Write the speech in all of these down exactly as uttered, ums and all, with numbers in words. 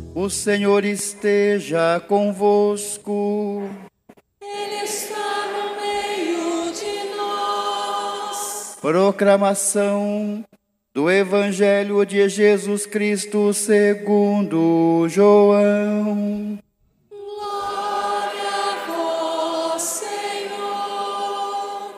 O Senhor esteja convosco. Ele está no meio de nós. Proclamação do Evangelho de Jesus Cristo segundo João. Glória a vós, Senhor.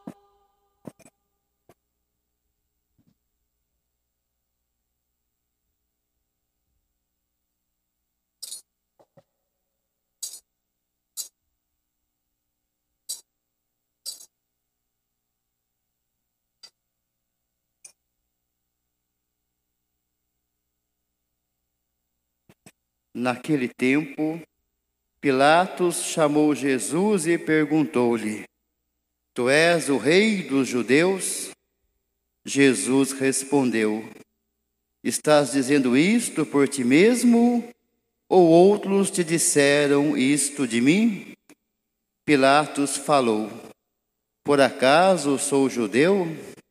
Naquele tempo, Pilatos chamou Jesus e perguntou-lhe: Tu és o rei dos judeus? Jesus respondeu: Estás dizendo isto por ti mesmo, ou outros te disseram isto de mim? Pilatos falou: Por acaso sou judeu?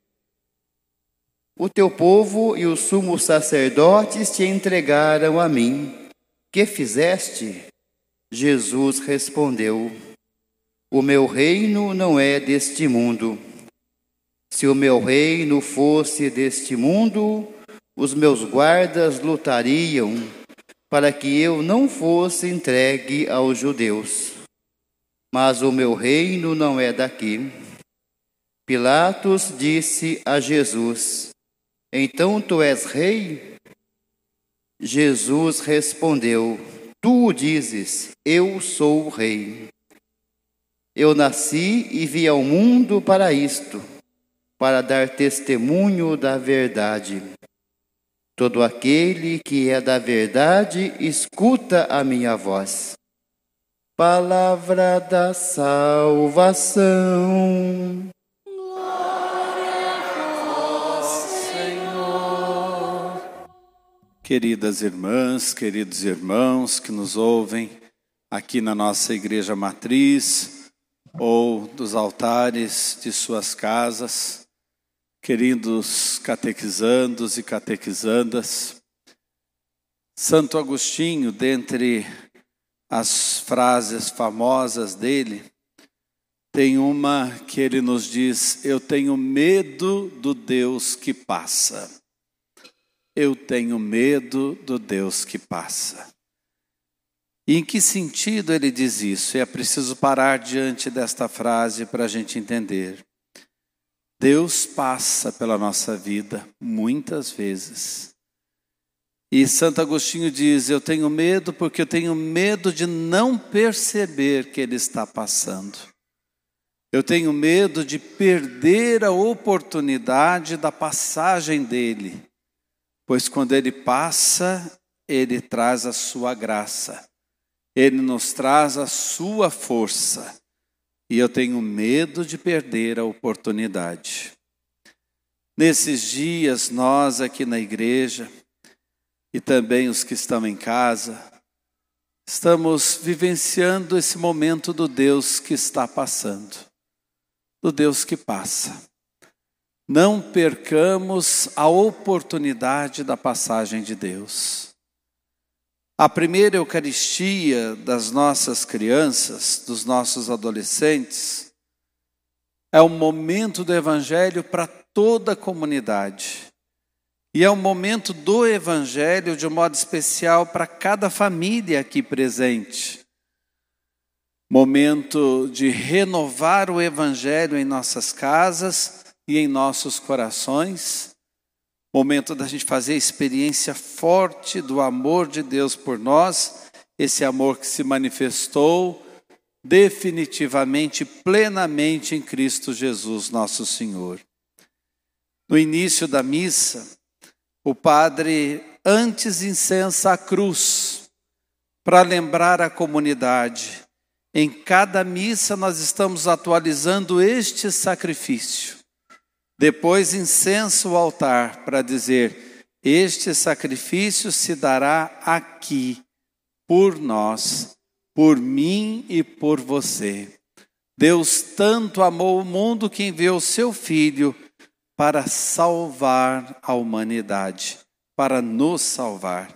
O teu povo e os sumos sacerdotes te entregaram a mim. Que fizeste? Jesus respondeu: O meu reino não é deste mundo. Se o meu reino fosse deste mundo, os meus guardas lutariam para que eu não fosse entregue aos judeus. Mas o meu reino não é daqui. Pilatos disse a Jesus: Então tu és rei? Jesus respondeu: Tu o dizes, eu sou o rei. Eu nasci e vim ao mundo para isto, para dar testemunho da verdade. Todo aquele que é da verdade, escuta a minha voz. Palavra da salvação. Queridas irmãs, queridos irmãos que nos ouvem aqui na nossa igreja matriz ou dos altares de suas casas, queridos catequizandos e catequizandas, Santo Agostinho, dentre as frases famosas dele, tem uma que ele nos diz: eu tenho medo do Deus que passa. Eu tenho medo do Deus que passa. E em que sentido ele diz isso? É preciso parar diante desta frase para a gente entender. Deus passa pela nossa vida muitas vezes. E Santo Agostinho diz: eu tenho medo porque eu tenho medo de não perceber que ele está passando. Eu tenho medo de perder a oportunidade da passagem dele. Pois quando ele passa, ele traz a sua graça, ele nos traz a sua força, e eu tenho medo de perder a oportunidade. Nesses dias, nós aqui na igreja, e também os que estão em casa, estamos vivenciando esse momento do Deus que está passando, do Deus que passa. Não percamos a oportunidade da passagem de Deus. A primeira Eucaristia das nossas crianças, dos nossos adolescentes, é um momento do Evangelho para toda a comunidade. E é um momento do Evangelho, de um modo especial, para cada família aqui presente. Momento de renovar o Evangelho em nossas casas e em nossos corações, momento da gente fazer a experiência forte do amor de Deus por nós, esse amor que se manifestou definitivamente, plenamente em Cristo Jesus, nosso Senhor. No início da missa, o padre antes incensa a cruz, para lembrar a comunidade. Em cada missa nós estamos atualizando este sacrifício. Depois incensa o altar para dizer: este sacrifício se dará aqui, por nós, por mim e por você. Deus tanto amou o mundo que enviou seu Filho para salvar a humanidade, para nos salvar.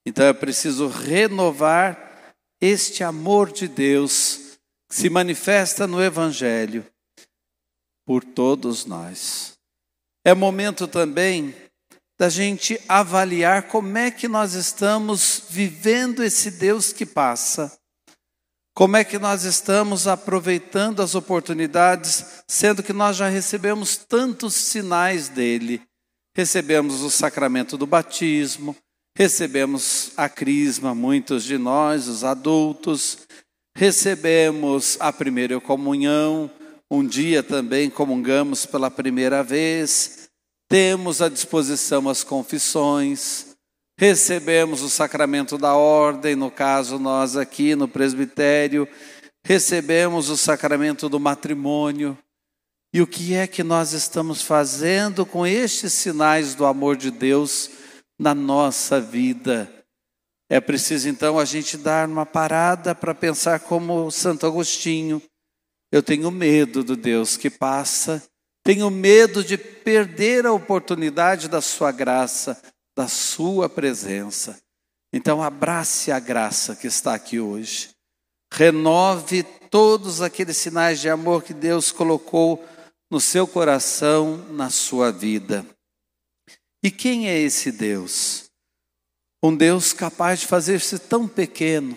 Então é preciso renovar este amor de Deus que se manifesta no Evangelho por todos nós. É momento também da gente avaliar como é que nós estamos vivendo esse Deus que passa. Como é que nós estamos aproveitando as oportunidades, sendo que nós já recebemos tantos sinais dele. Recebemos o sacramento do batismo, recebemos a crisma, muitos de nós, os adultos, recebemos a primeira comunhão, um dia também comungamos pela primeira vez, temos à disposição as confissões, recebemos o sacramento da ordem, no caso nós aqui no presbitério, recebemos o sacramento do matrimônio. E o que é que nós estamos fazendo com estes sinais do amor de Deus na nossa vida? É preciso então a gente dar uma parada para pensar como Santo Agostinho. Eu tenho medo do Deus que passa, tenho medo de perder a oportunidade da sua graça, da sua presença. Então abrace a graça que está aqui hoje. Renove todos aqueles sinais de amor que Deus colocou no seu coração, na sua vida. E quem é esse Deus? Um Deus capaz de fazer-se tão pequeno.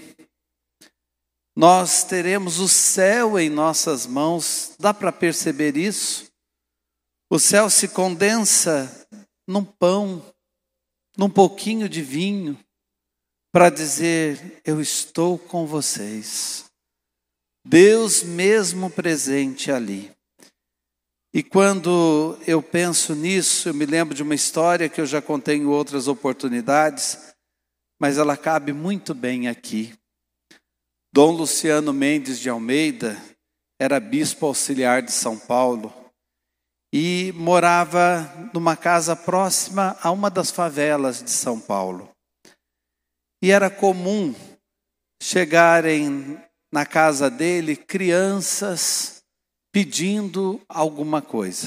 Nós teremos o céu em nossas mãos, dá para perceber isso? O céu se condensa num pão, num pouquinho de vinho, para dizer, eu estou com vocês. Deus mesmo presente ali. E quando eu penso nisso, eu me lembro de uma história que eu já contei em outras oportunidades, mas ela cabe muito bem aqui. Dom Luciano Mendes de Almeida era bispo auxiliar de São Paulo e morava numa casa próxima a uma das favelas de São Paulo. E era comum chegarem na casa dele crianças pedindo alguma coisa,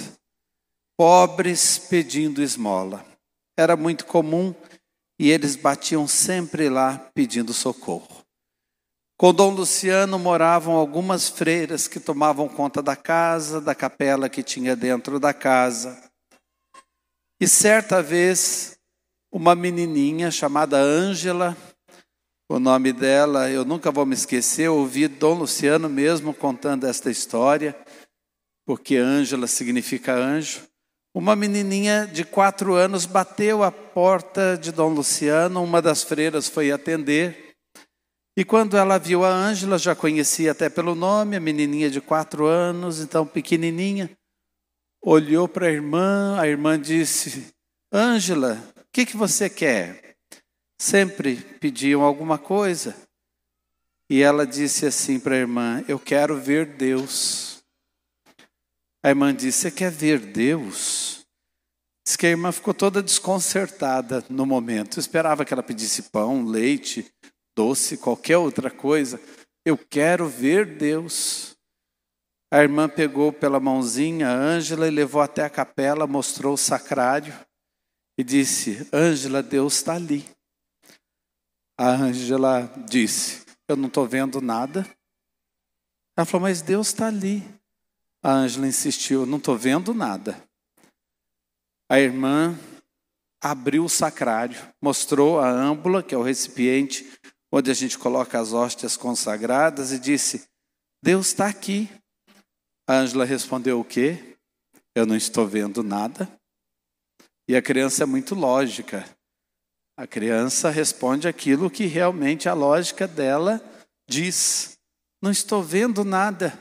pobres pedindo esmola. Era muito comum e eles batiam sempre lá pedindo socorro. Com Dom Luciano moravam algumas freiras que tomavam conta da casa, da capela que tinha dentro da casa. E certa vez, uma menininha chamada Ângela, o nome dela, eu nunca vou me esquecer, eu ouvi Dom Luciano mesmo contando esta história, porque Ângela significa anjo. Uma menininha de quatro anos bateu à porta de Dom Luciano, uma das freiras foi atender. E quando ela viu a Ângela, já conhecia até pelo nome, a menininha de quatro anos, então pequenininha, olhou para a irmã, a irmã disse, Ângela, o que, que você quer? Sempre pediam alguma coisa. E ela disse assim para a irmã, eu quero ver Deus. A irmã disse, você quer ver Deus? Diz que a irmã ficou toda desconcertada no momento. Eu esperava que ela pedisse pão, leite, doce, qualquer outra coisa. Eu quero ver Deus. A irmã pegou pela mãozinha a Ângela e levou até a capela, mostrou o sacrário e disse, Ângela, Deus está ali. A Ângela disse, eu não estou vendo nada. Ela falou, mas Deus está ali. A Ângela insistiu, não estou vendo nada. A irmã abriu o sacrário, mostrou a âmbula, que é o recipiente onde a gente coloca as hóstias consagradas, e disse, Deus está aqui. A Ângela respondeu o quê? Eu não estou vendo nada. E a criança é muito lógica. A criança responde aquilo que realmente a lógica dela diz. Não estou vendo nada.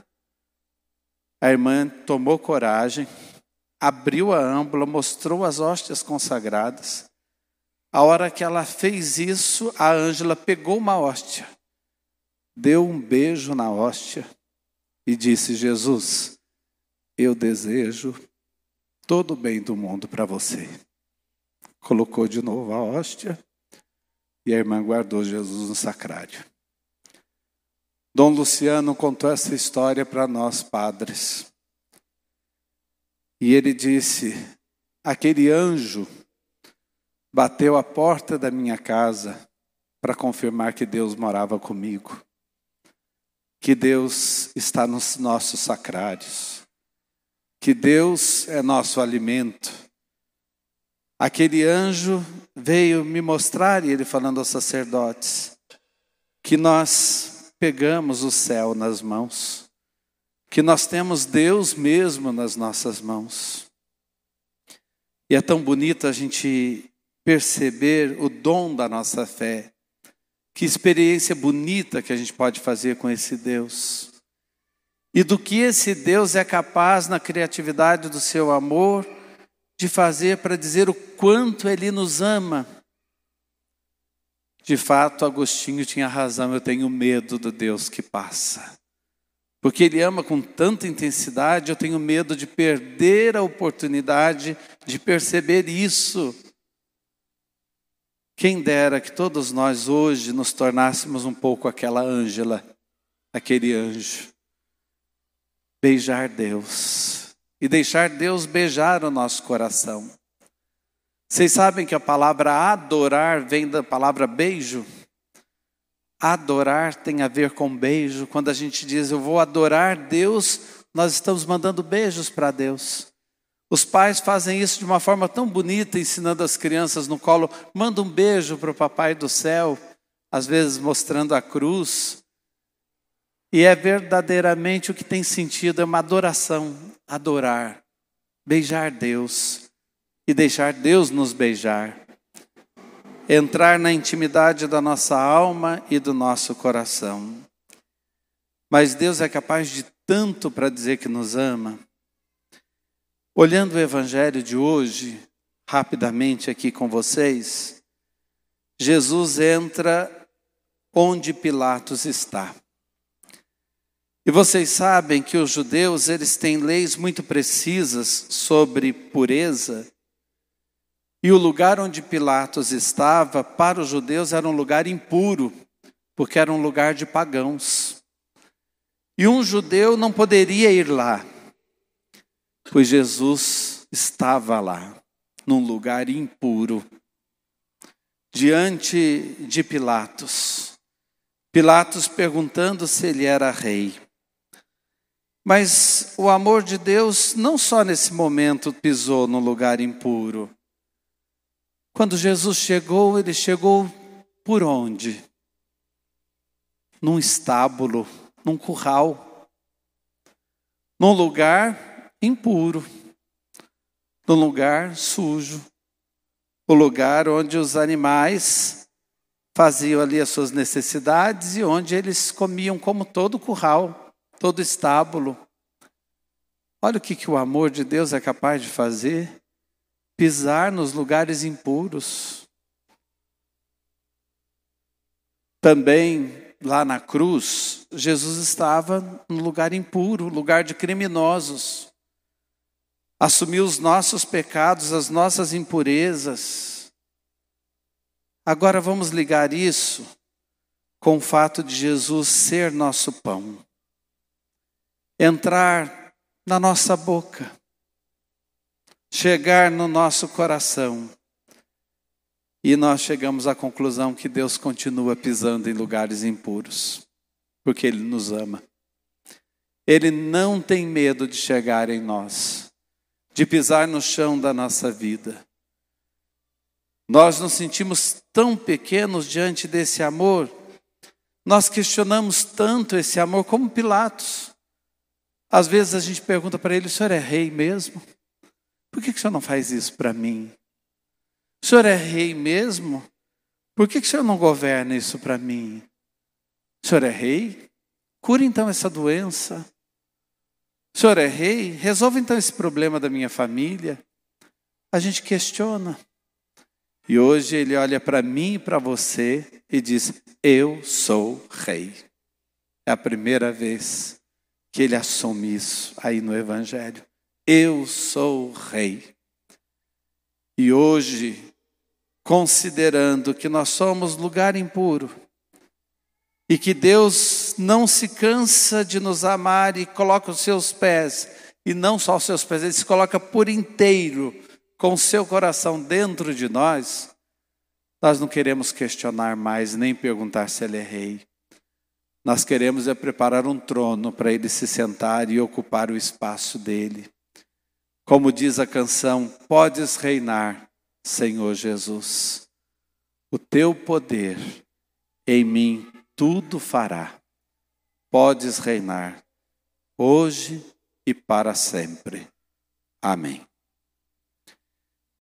A irmã tomou coragem, abriu a âmbula, mostrou as hóstias consagradas. A hora que ela fez isso, a Ângela pegou uma hóstia, deu um beijo na hóstia e disse, Jesus, eu desejo todo o bem do mundo para você. Colocou de novo a hóstia e a irmã guardou Jesus no sacrário. Dom Luciano contou essa história para nós padres. E ele disse, aquele anjo bateu à porta da minha casa para confirmar que Deus morava comigo, que Deus está nos nossos sacrários, que Deus é nosso alimento. Aquele anjo veio me mostrar, e ele falando aos sacerdotes, que nós pegamos o céu nas mãos, que nós temos Deus mesmo nas nossas mãos. E é tão bonito a gente perceber o dom da nossa fé. Que experiência bonita que a gente pode fazer com esse Deus. E do que esse Deus é capaz na criatividade do seu amor de fazer para dizer o quanto Ele nos ama. De fato, Agostinho tinha razão, eu tenho medo do Deus que passa. Porque Ele ama com tanta intensidade, eu tenho medo de perder a oportunidade de perceber isso. Quem dera que todos nós hoje nos tornássemos um pouco aquela Ângela, aquele anjo. Beijar Deus e deixar Deus beijar o nosso coração. Vocês sabem que a palavra adorar vem da palavra beijo? Adorar tem a ver com beijo. Quando a gente diz eu vou adorar Deus, nós estamos mandando beijos para Deus. Os pais fazem isso de uma forma tão bonita, ensinando as crianças no colo. Manda um beijo para o papai do céu, às vezes mostrando a cruz. E é verdadeiramente o que tem sentido, é uma adoração, adorar, beijar Deus e deixar Deus nos beijar. Entrar na intimidade da nossa alma e do nosso coração. Mas Deus é capaz de tanto para dizer que nos ama. Olhando o evangelho de hoje, rapidamente aqui com vocês, Jesus entra onde Pilatos está. E vocês sabem que os judeus, eles têm leis muito precisas sobre pureza. E o lugar onde Pilatos estava, para os judeus, era um lugar impuro, porque era um lugar de pagãos. E um judeu não poderia ir lá, pois Jesus estava lá, num lugar impuro, diante de Pilatos. Pilatos perguntando se ele era rei. Mas o amor de Deus não só nesse momento pisou no lugar impuro. Quando Jesus chegou, ele chegou por onde? Num estábulo, num curral, num lugar impuro, num lugar sujo, o lugar onde os animais faziam ali as suas necessidades e onde eles comiam como todo curral, todo estábulo. Olha o que, que o amor de Deus é capaz de fazer. Pisar nos lugares impuros. Também lá na cruz, Jesus estava no lugar impuro, lugar de criminosos. Assumiu os nossos pecados, as nossas impurezas. Agora vamos ligar isso com o fato de Jesus ser nosso pão. Entrar na nossa boca. Chegar no nosso coração. E nós chegamos à conclusão que Deus continua pisando em lugares impuros. Porque Ele nos ama. Ele não tem medo de chegar em nós. De pisar no chão da nossa vida. Nós nos sentimos tão pequenos diante desse amor. Nós questionamos tanto esse amor como Pilatos. Às vezes a gente pergunta para ele, o senhor é rei mesmo? Por que, que o senhor não faz isso para mim? O senhor é rei mesmo? Por que, que o senhor não governa isso para mim? O senhor é rei? Cura então essa doença. O senhor é rei? Resolva então esse problema da minha família. A gente questiona. E hoje ele olha para mim e para você e diz, eu sou rei. É a primeira vez que ele assume isso aí no evangelho. Eu sou rei. E hoje, considerando que nós somos lugar impuro, e que Deus não se cansa de nos amar e coloca os seus pés, e não só os seus pés, Ele se coloca por inteiro, com o seu coração dentro de nós, Nós não queremos questionar mais, nem perguntar se ele é rei. Nós queremos é preparar um trono para ele se sentar e ocupar o espaço dele. Como diz a canção, podes reinar, Senhor Jesus. O teu poder em mim tudo fará. Podes reinar, hoje e para sempre. Amém.